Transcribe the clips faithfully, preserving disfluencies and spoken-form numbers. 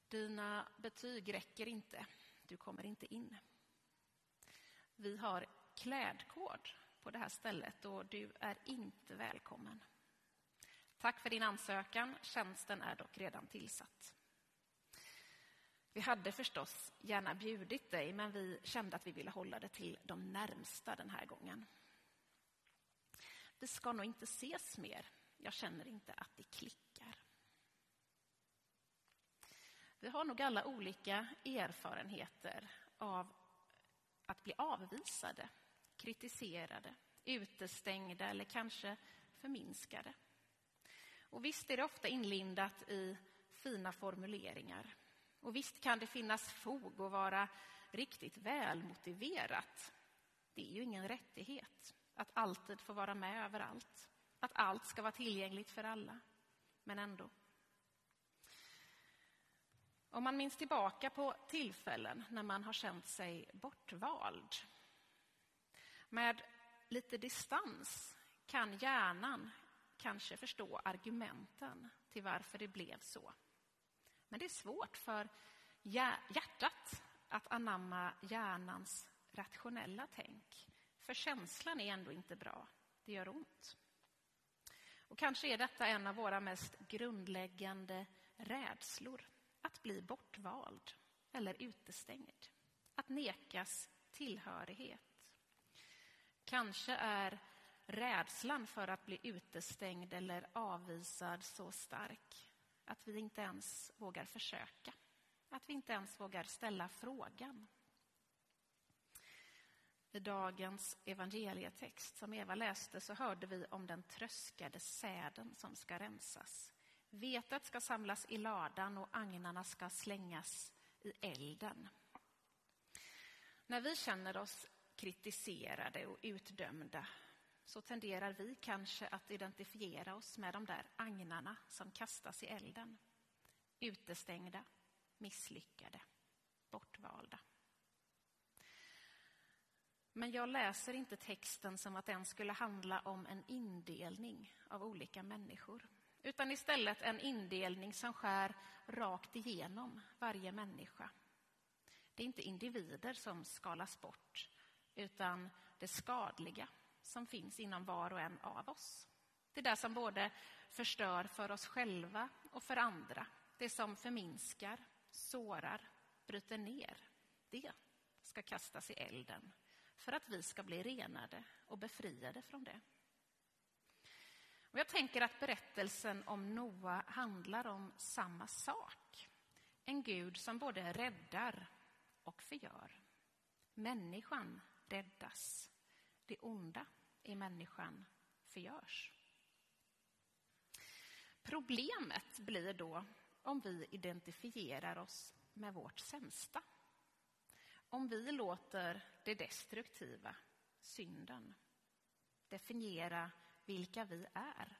Dina betyg räcker inte. Du kommer inte in. Vi har klädkod på det här stället och du är inte välkommen. Tack för din ansökan. Tjänsten är dock redan tillsatt. Vi hade förstås gärna bjudit dig, men vi kände att vi ville hålla det till de närmsta den här gången. Vi ska nog inte ses mer. Jag känner inte att det klickar. Vi har nog alla olika erfarenheter av att bli avvisade, kritiserade, utestängda eller kanske förminskade. Och visst är det ofta inlindat i fina formuleringar. Och visst kan det finnas fog och vara riktigt välmotiverat. Det är ju ingen rättighet att alltid få vara med överallt. Att allt ska vara tillgängligt för alla. Men ändå. Om man minns tillbaka på tillfällen när man har känt sig bortvald. Med lite distans kan hjärnan kanske förstå argumenten till varför det blev så. Men det är svårt för hjärtat att anamma hjärnans rationella tänk. För känslan är ändå inte bra. Det gör ont. Och kanske är detta en av våra mest grundläggande rädslor. Att bli bortvald eller utestängd. Att nekas tillhörighet. Kanske är rädslan för att bli utestängd eller avvisad så stark att vi inte ens vågar försöka. Att vi inte ens vågar ställa frågan. I dagens evangelietext som Eva läste så hörde vi om den tröskade säden som ska rensas. Vetet ska samlas i ladan och agnarna ska slängas i elden. När vi känner oss kritiserade och utdömda så tenderar vi kanske att identifiera oss med de där agnarna som kastas i elden. Utestängda, misslyckade, bortvalda. Men jag läser inte texten som att den skulle handla om en indelning av olika människor. Utan istället en indelning som skär rakt igenom varje människa. Det är inte individer som skalas bort, utan det skadliga som finns inom var och en av oss. Det där som både förstör för oss själva och för andra. Det som förminskar, sårar, bryter ner. Det ska kastas i elden för att vi ska bli renade och befriade från det. Och jag tänker att berättelsen om Noa handlar om samma sak. En Gud som både räddar och förgör. Människan räddas. Det onda i människan förgörs. Problemet blir då om vi identifierar oss med vårt sämsta. Om vi låter det destruktiva, synden, definiera vilka vi är.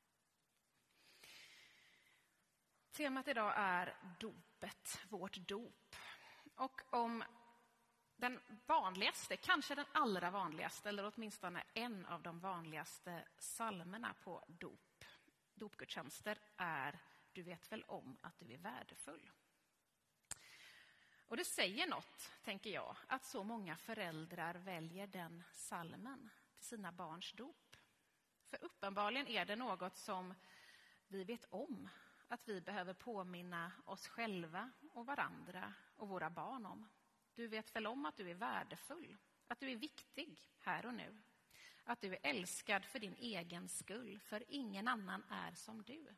Temat idag är dopet, vårt dop. Och om den vanligaste, kanske den allra vanligaste, eller åtminstone en av de vanligaste psalmerna på dop, dopgudstjänster är du vet väl om att du är värdefull. Och det säger något, tänker jag, att så många föräldrar väljer den psalmen till sina barns dop. För uppenbarligen är det något som vi vet om att vi behöver påminna oss själva och varandra och våra barn om. Du vet väl om att du är värdefull, att du är viktig här och nu. Att du är älskad för din egen skull, för ingen annan är som du.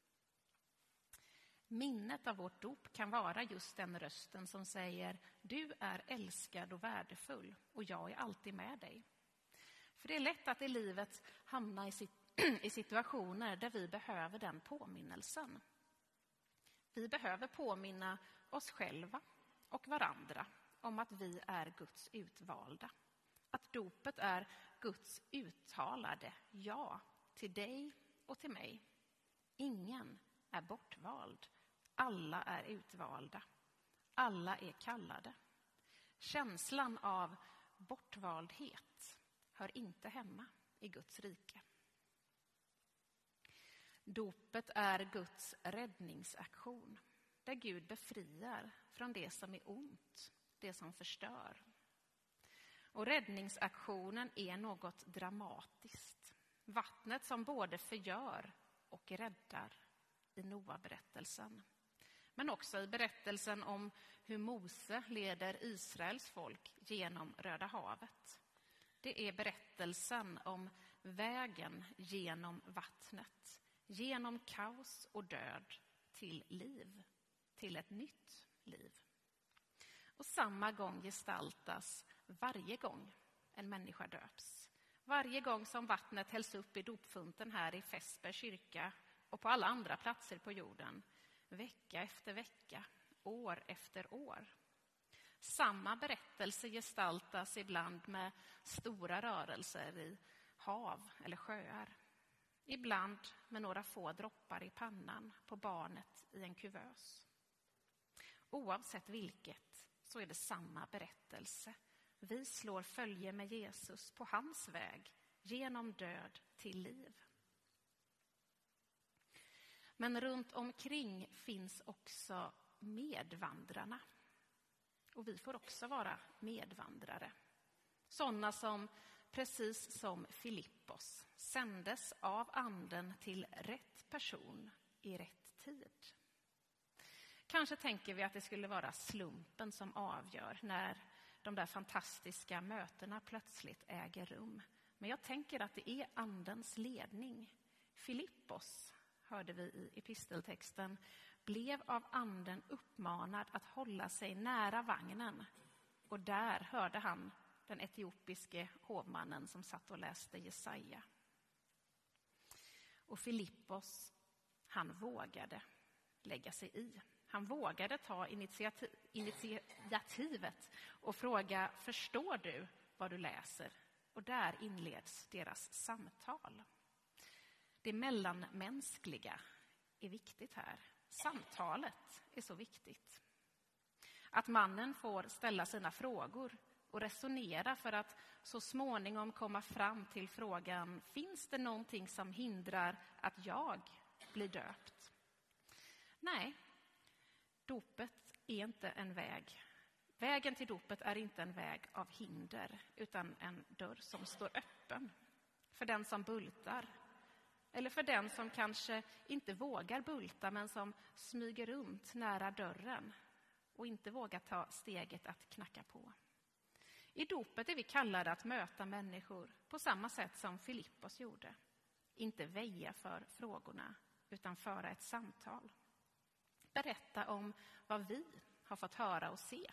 Minnet av vårt dop kan vara just den rösten som säger du är älskad och värdefull och jag är alltid med dig. För det är lätt att i livet hamna i situationer där vi behöver den påminnelsen. Vi behöver påminna oss själva och varandra om att vi är Guds utvalda. Att dopet är Guds uttalade ja till dig och till mig. Ingen är bortvald. Alla är utvalda. Alla är kallade. Känslan av bortvaldhet hör inte hemma i Guds rike. Dopet är Guds räddningsaktion. där Gud befriar från det som är ont, det som förstör. Och räddningsaktionen är något dramatiskt. Vattnet som både förgör och räddar i Noa-berättelsen. Men också i berättelsen om hur Mose leder Israels folk genom Röda havet. Det är berättelsen om vägen genom vattnet, genom kaos och död till liv, till ett nytt liv. Och samma gång gestaltas varje gång en människa döps. Varje gång som vattnet hälls upp i dopfunten här i Fässberg kyrka och på alla andra platser på jorden, vecka efter vecka, år efter år. Samma berättelse gestaltas ibland med stora rörelser i hav eller sjöar. Ibland med några få droppar i pannan på barnet i en kuvös. Oavsett vilket så är det samma berättelse. Vi slår följe med Jesus på hans väg genom död till liv. Men runt omkring finns också medvandrarna. Och vi får också vara medvandrare. Sådana som, precis som Filippos, sändes av anden till rätt person i rätt tid. Kanske tänker vi att det skulle vara slumpen som avgör när de där fantastiska mötena plötsligt äger rum. Men jag tänker att det är andens ledning. Filippos, hörde vi i episteltexten, blev av anden uppmanad att hålla sig nära vagnen. Och där hörde han den etiopiske hovmannen som satt och läste Jesaja. Och Filippos, han vågade lägga sig i. Han vågade ta initiativ, initiativet och fråga, förstår du vad du läser? Och där inleds deras samtal. Det mellanmänskliga är viktigt här. Samtalet är så viktigt. Att mannen får ställa sina frågor och resonera för att så småningom komma fram till frågan, finns det någonting som hindrar att jag blir döpt? Nej, dopet är inte en väg. Vägen till dopet är inte en väg av hinder, utan en dörr som står öppen för den som bultar. Eller för den som kanske inte vågar bulta men som smyger runt nära dörren och inte vågar ta steget att knacka på. I dopet är vi kallade att möta människor på samma sätt som Filippos gjorde. Inte väja för frågorna utan föra ett samtal. Berätta om vad vi har fått höra och se.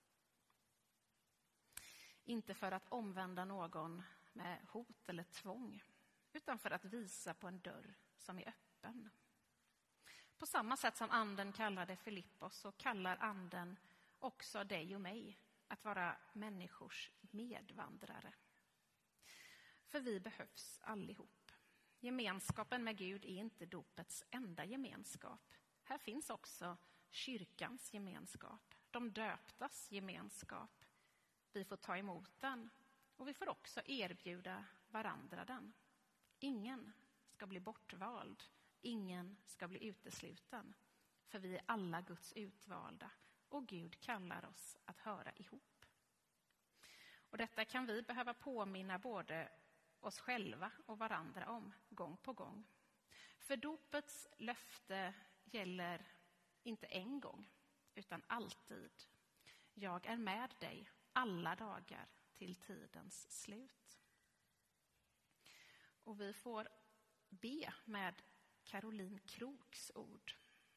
Inte för att omvända någon med hot eller tvång, utan för att visa på en dörr som är öppen. På samma sätt som anden kallade Filippos så kallar anden också dig och mig att vara människors medvandrare. För vi behövs allihop. Gemenskapen med Gud är inte dopets enda gemenskap. Här finns också kyrkans gemenskap, de döptas gemenskap. Vi får ta emot den och vi får också erbjuda varandra den. Ingen ska bli bortvald, ingen ska bli utesluten. För vi är alla Guds utvalda och Gud kallar oss att höra ihop. Och detta kan vi behöva påminna både oss själva och varandra om gång på gång. För dopets löfte gäller inte en gång utan alltid. Jag är med dig alla dagar till tidens slut. Och vi får be med Caroline Kroks ord.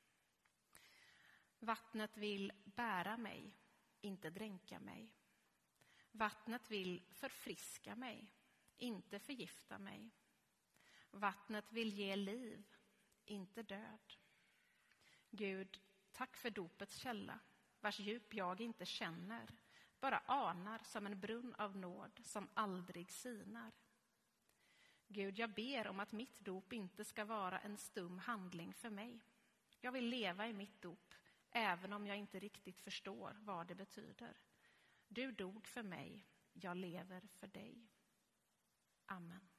Vattnet vill bära mig, inte dränka mig. Vattnet vill förfriska mig, inte förgifta mig. Vattnet vill ge liv, inte död. Gud, tack för dopets källa, vars djup jag inte känner, bara anar som en brunn av nåd som aldrig sinar. Gud, jag ber om att mitt dop inte ska vara en stum handling för mig. Jag vill leva i mitt dop, även om jag inte riktigt förstår vad det betyder. Du dog för mig, jag lever för dig. Amen.